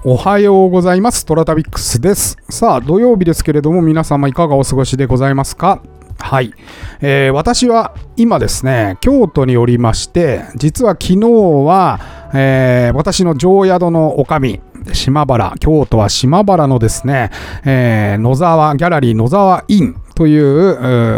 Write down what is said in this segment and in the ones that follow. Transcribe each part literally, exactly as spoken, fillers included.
おはようございます。トラタビックスです。さあ、土曜日ですけれども、皆様いかがお過ごしでございますか？はい、えー、私は今ですね、京都におりまして、実は昨日は、えー、私の常宿の女将、島原、京都は島原のですね、えー、野沢、ギャラリー野沢インという、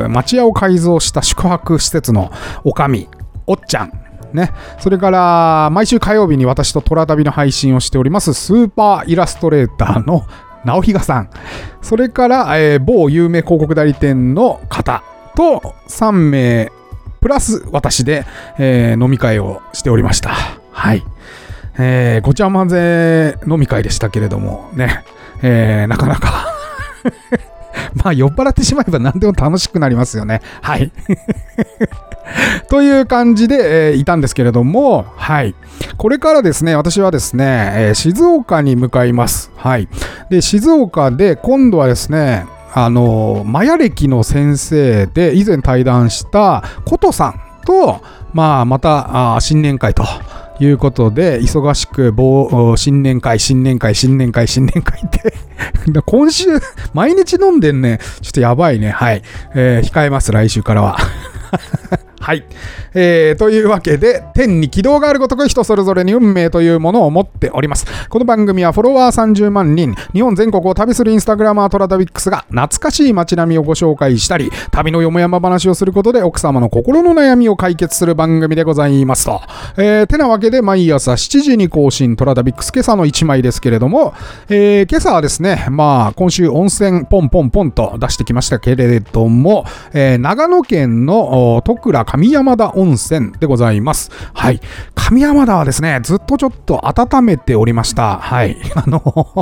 う町屋を改造した宿泊施設の女将、おっちゃん、ね、それから毎週火曜日に私とトラ旅の配信をしておりますスーパーイラストレーターの直比嘉さん、それから、えー、某有名広告代理店の方とさんめいプラス私で、えー、飲み会をしておりました。はい、えー、ごちゃ混ぜ飲み会でしたけれどもね、えー、なかなかまあ酔っ払ってしまえば何でも楽しくなりますよね。はいという感じで、えー、いたんですけれども、はい。これからですね、私はですね、えー、静岡に向かいます。はい。で、静岡で今度はですね、あの、マヤ歴の先生で以前対談したことさんと、まあ、またあ新年会ということで、忙しく新年会、新年会、新年会、新年会って今週、毎日飲んでんね。ちょっとやばいね。はい。えー、控えます、来週からは。はい、えー、というわけで天に軌道があるごとく人それぞれに運命というものを持っております。この番組はフォロワーさんじゅうまんにん、日本全国を旅するインスタグラマートラタビックスが懐かしい街並みをご紹介したり、旅のよもやま話をすることで奥様の心の悩みを解決する番組でございますと、えー、てなわけで毎朝しちじに更新トラタビックス、今朝のいちまいですけれども、えー、今朝はですね、まあ今週温泉ポンポンポンと出してきましたけれども、えー、長野県の戸倉上山田温泉でございます。はい。上山田はですね、ずっとちょっと温めておりました。はい。あの、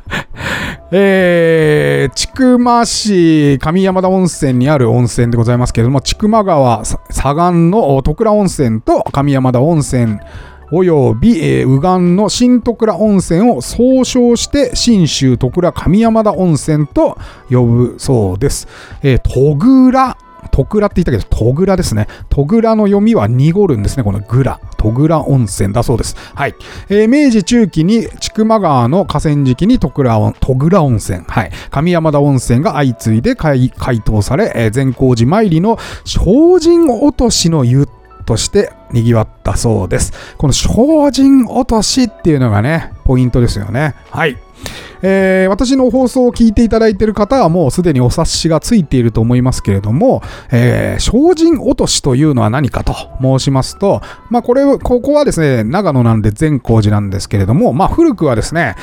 えー、千曲市上山田温泉にある温泉でございますけれども、千曲川左岸の戸倉温泉と上山田温泉および、えー、右岸の新戸倉温泉を総称して新州戸倉上山田温泉と呼ぶそうです。えー、戸倉戸倉って言ったけど、戸倉ですね。戸倉の読みは濁るんですね。このグラ。戸倉温泉だそうです。はい。えー、明治中期に千曲川の河川敷に戸倉温、戸倉温泉。はい。上山田温泉が相次いで開湯され、えー、善光寺参りの精進落としの湯として賑わったそうです。この精進落としっていうのがね、ポイントですよね。はい。えー、私の放送を聞いていただいている方はもうすでにお察しがついていると思いますけれども、えー、精進落としというのは何かと申しますと、まあこれ、ここはですね、長野なんで善光寺なんですけれども、まあ古くはですね、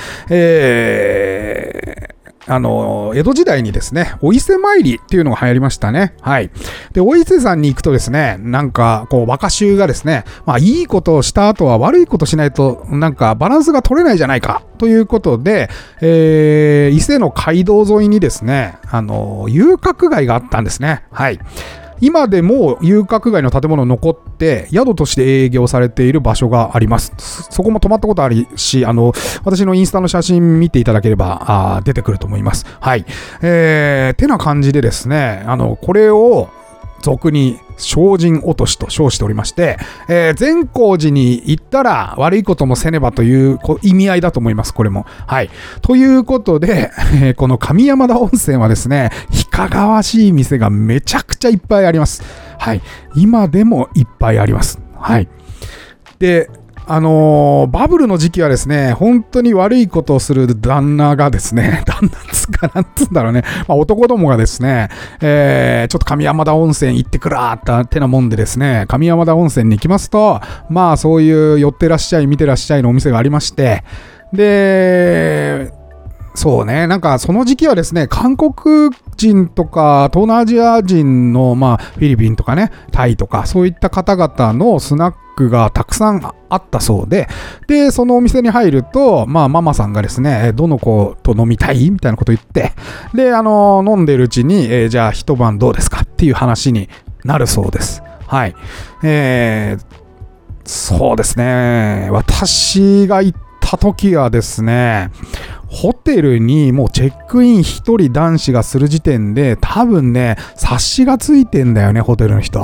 えー、あの、江戸時代にですね、お伊勢参りっていうのが流行りましたね。はい。で、お伊勢さんに行くとですね、なんか、こう、若衆がですね、まあ、いいことをした後は悪いことしないと、なんか、バランスが取れないじゃないか、ということで、えー、伊勢の街道沿いにですね、あの、遊郭街があったんですね。はい。今でも遊郭街の建物残って宿として営業されている場所があります。そこも泊まったことあるし、あの私のインスタの写真見ていただければあ出てくると思います。はい。えー、てな感じでですね、あのこれを俗に精進落としと称しておりまして、えー、善光寺に行ったら悪いこともせねばという意味合いだと思います、これも。はい。ということで、えー、この上山田温泉はですね、いかがわしい店がめちゃくちゃいっぱいあります。はい。今でもいっぱいあります。はい。で、あのー、バブルの時期はですね、本当に悪いことをする旦那がですね、旦那つかなんつうんだろうね、まあ、男どもがですね、えー、ちょっと上山田温泉行ってくらーったってなもんでですね、上山田温泉に行きますと、まあそういう寄ってらっしゃい見てらっしゃいのお店がありまして、で、そうね、なんかその時期はですね、韓国人とか東南アジア人の、まあ、フィリピンとかね、タイとか、そういった方々のスナックがたくさんあったそうで、で、そのお店に入ると、まあ、ママさんがですね、どの子と飲みたいみたいなこと言って、で、あの、飲んでるうちに、えー、じゃあ一晩どうですかっていう話になるそうです。はい。えー、そうですね、私が行った時はですね、ホテルにもうチェックイン一人男子がする時点で多分ね、察しがついてんだよね、ホテルの人。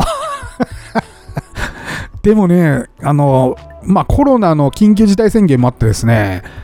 でもね、あの、まあ、コロナの緊急事態宣言もあってですね、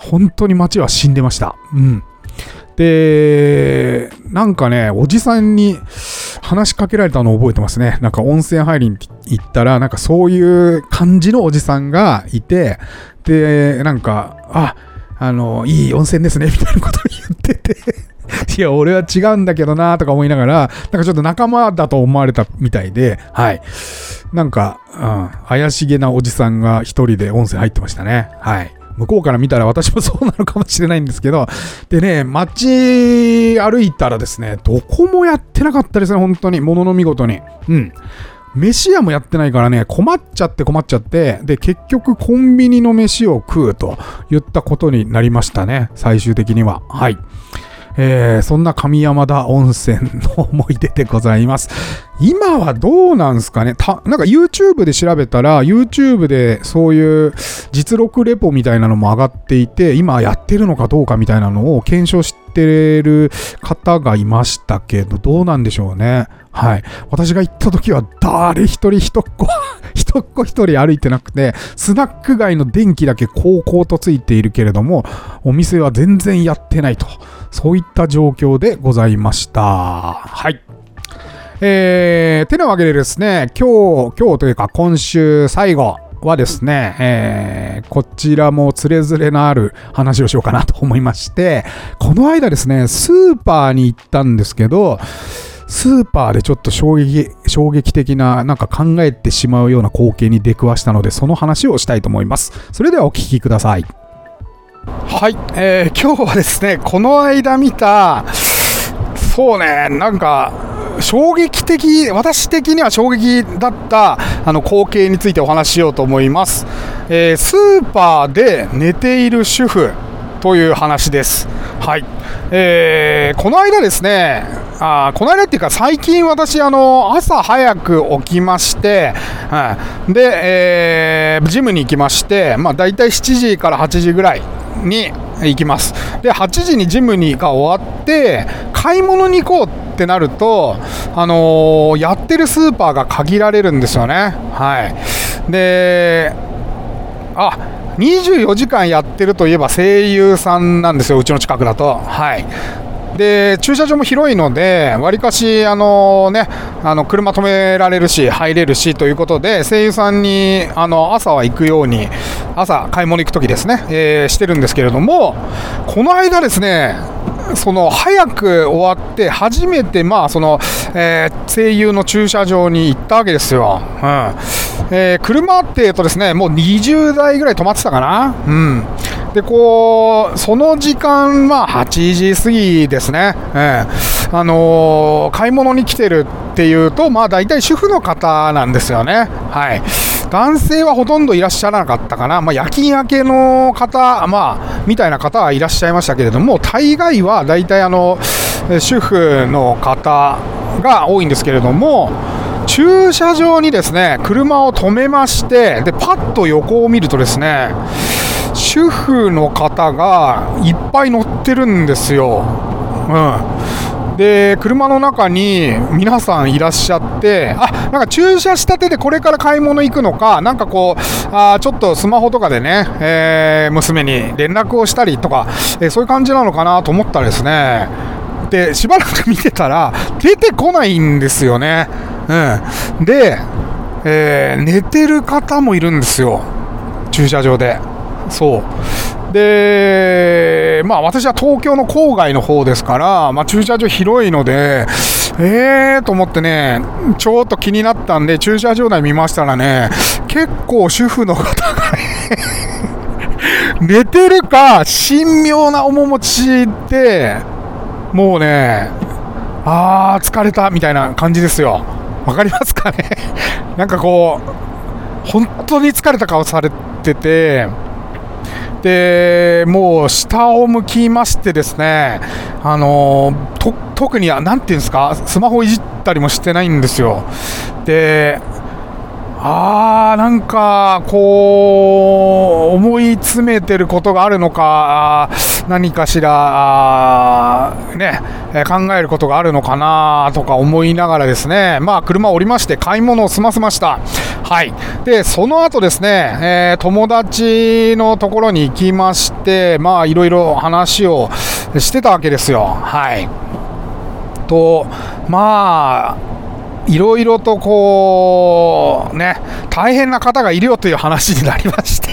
本当に街は死んでました。うん。で、なんかね、おじさんに話しかけられたのを覚えてますね。なんか温泉入りに行ったら、なんかそういう感じのおじさんがいて、で、なんか、あ、あの、いい温泉ですね、みたいなことを言ってて、いや、俺は違うんだけどなとか思いながら、なんかちょっと仲間だと思われたみたいで、はい。なんか、うん、怪しげなおじさんが一人で温泉入ってましたね。はい。向こうから見たら私もそうなのかもしれないんですけど、でね、街歩いたらですね、どこもやってなかったですね、本当に。ものの見事に。うん。飯屋もやってないからね、困っちゃって困っちゃって、で、結局コンビニの飯を食うと言ったことになりましたね、最終的には。はい。えー、そんな上山田温泉の思い出でございます。今はどうなんすかね。た、なんか YouTube で調べたら、YouTube でそういう実録レポみたいなのも上がっていて、今やってるのかどうかみたいなのを検証してる方がいましたけど、どうなんでしょうね。はい。私が行った時は誰一人一っ子、一っ子一人歩いてなくて、スナック街の電気だけこうこうとついているけれども、お店は全然やってないと。そういった状況でございました。はい。えー、てなわけでですね、今日、今日というか今週最後はですね、えー、こちらもつれづれのある話をしようかなと思いまして、この間ですね、スーパーに行ったんですけど、スーパーでちょっと衝撃、衝撃的な、なんか考えてしまうような光景に出くわしたので、その話をしたいと思います。それではお聞きください。はい、えー、今日はですね、この間見た、そうね、なんか、衝撃的、私的には衝撃だったあの光景についてお話ししようと思います。えー、スーパーで寝ている主婦という話です。はい。えー、この間ですね、あこの間っていうか最近私あの朝早く起きまして、はい、で、えー、ジムに行きまして、まあだいたいしちじからはちじぐらいに行きます。で、はちじにジムにが終わって買い物に行こうってなると、あのー、やってるスーパーが限られるんですよね。はい。で、あ、にじゅうよじかんやってるといえば声優さんなんですよ、うちの近くだと。はい。で、駐車場も広いので、わりかし、あのね、あの、車止められるし、入れるし、ということで、声優さんに、あの、朝は行くように、朝、買い物行くときですね、えー、してるんですけれども、この間ですね、その早く終わって初めて、まあそのえー、声優の駐車場に行ったわけですよ。うんえー、車っていうとですね、もうにじゅうだいぐらい止まってたかな。うん、でこうその時間ははちじ過ぎですね。えーあのー、買い物に来てるっていうと、まあ大体主婦の方なんですよね。はい。男性はほとんどいらっしゃらなかったかな。まあ、夜勤明けの方、まあ、みたいな方はいらっしゃいましたけれども、大概は大体あの、主婦の方が多いんですけれども、駐車場にですね、車を止めまして、で、パッと横を見るとですね、主婦の方がいっぱい乗ってるんですよ。うん。で車の中に皆さんいらっしゃって、あ、なんか駐車したてでこれから買い物行くのか、なんかこうあちょっとスマホとかでね、えー、娘に連絡をしたりとか、えー、そういう感じなのかなと思ったらですね、でしばらく見てたら出てこないんですよね。うん、で、えー、寝てる方もいるんですよ、駐車場で。そうで、まあ私は東京の郊外の方ですから、まあ駐車場広いので、えーと思ってね、ちょっと気になったんで駐車場内見ましたらね、結構主婦の方が寝てるか神妙な面持ちで、もうね、あー疲れたみたいな感じですよ。わかりますかねなんかこう本当に疲れた顔されてて、でもう下を向きましてですね、あのと特になんていうんですか、スマホいじったりもしてないんですよ。で、あーなんかこう思い詰めてることがあるのか、何かしらね考えることがあるのかなとか思いながらですね、まあ車を降りまして買い物を済ませました。 はい。で、その後ですね、えー、友達のところに行きまして、まあ、いろいろ話をしてたわけですよ。はい。と、まあ、いろいろとこう、ね、大変な方がいるよという話になりまして、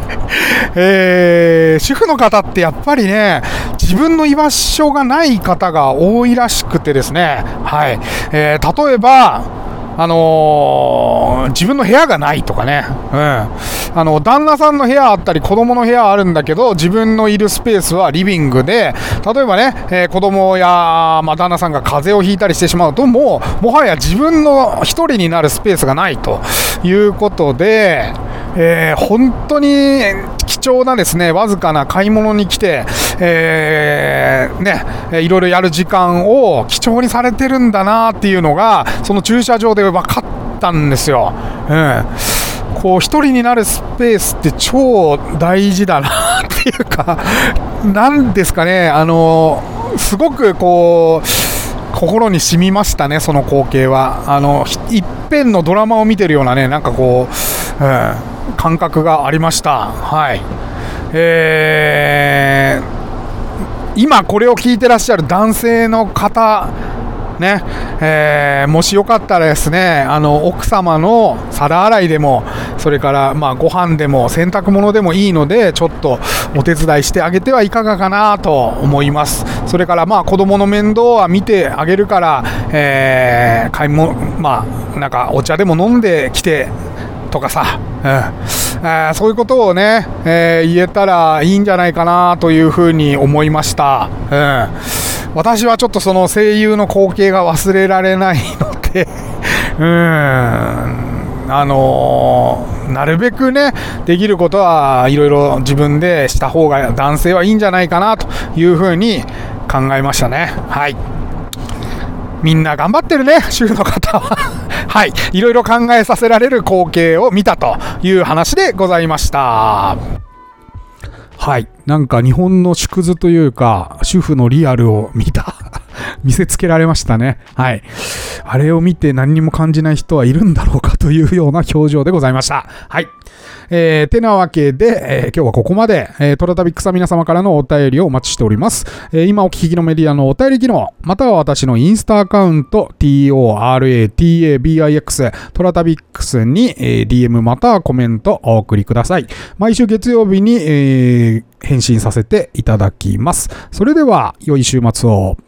えー、主婦の方ってやっぱりね、自分の居場所がない方が多いらしくてですね、はい。えー、例えば、あのー、自分の部屋がないとかね、うん、あの旦那さんの部屋あったり子供の部屋あるんだけど自分のいるスペースはリビングで、例えばね、えー、子供や、まあ、旦那さんが風邪をひいたりしてしまうともうもはや自分の一人になるスペースがないということで、えー、本当に貴重なですね、わずかな買い物に来て、えー、ね、いろいろやる時間を貴重にされてるんだなっていうのがその駐車場で分かったんですよ。うん、こう一人になるスペースって超大事だなっていうか、なんですかね、あのすごくこう心に染みましたね、その光景は。あの一遍のドラマを見てるようなね、なんかこう、うん、感覚がありました。はい。えー、今これを聞いてらっしゃる男性の方ね、えー、もしよかったらですね、あの奥様の皿洗いでも、それからまあご飯でも洗濯物でもいいのでちょっとお手伝いしてあげてはいかがかなと思います。それからまあ子供の面倒は見てあげるから、えー、買い物、まあなんかお茶でも飲んできてとかさ、うん、えー、そういうことをね、えー、言えたらいいんじゃないかなというふうに思いました。うん、私はちょっとその声優の光景が忘れられないのでうーん、あのー、なるべくねできることはいろいろ自分でした方が男性はいいんじゃないかなというふうに考えましたね。はい、みんな頑張ってるね、主婦の方ははい、いろいろ考えさせられる光景を見たという話でございました。はい、なんか日本の縮図というか主婦のリアルを見た見せつけられましたね。はい、あれを見て何にも感じない人はいるんだろうかというような表情でございました。はい、えー、てなわけで、えー、今日はここまで、えー、トラタビックスは皆様からのお便りをお待ちしております。えー、今お聞きのメディアのお便り機能、または私のインスタアカウント トラタビックス トラタビックスに、えー、ディーエム またはコメントお送りください。毎週月曜日に、えー、返信させていただきます。それでは良い週末を。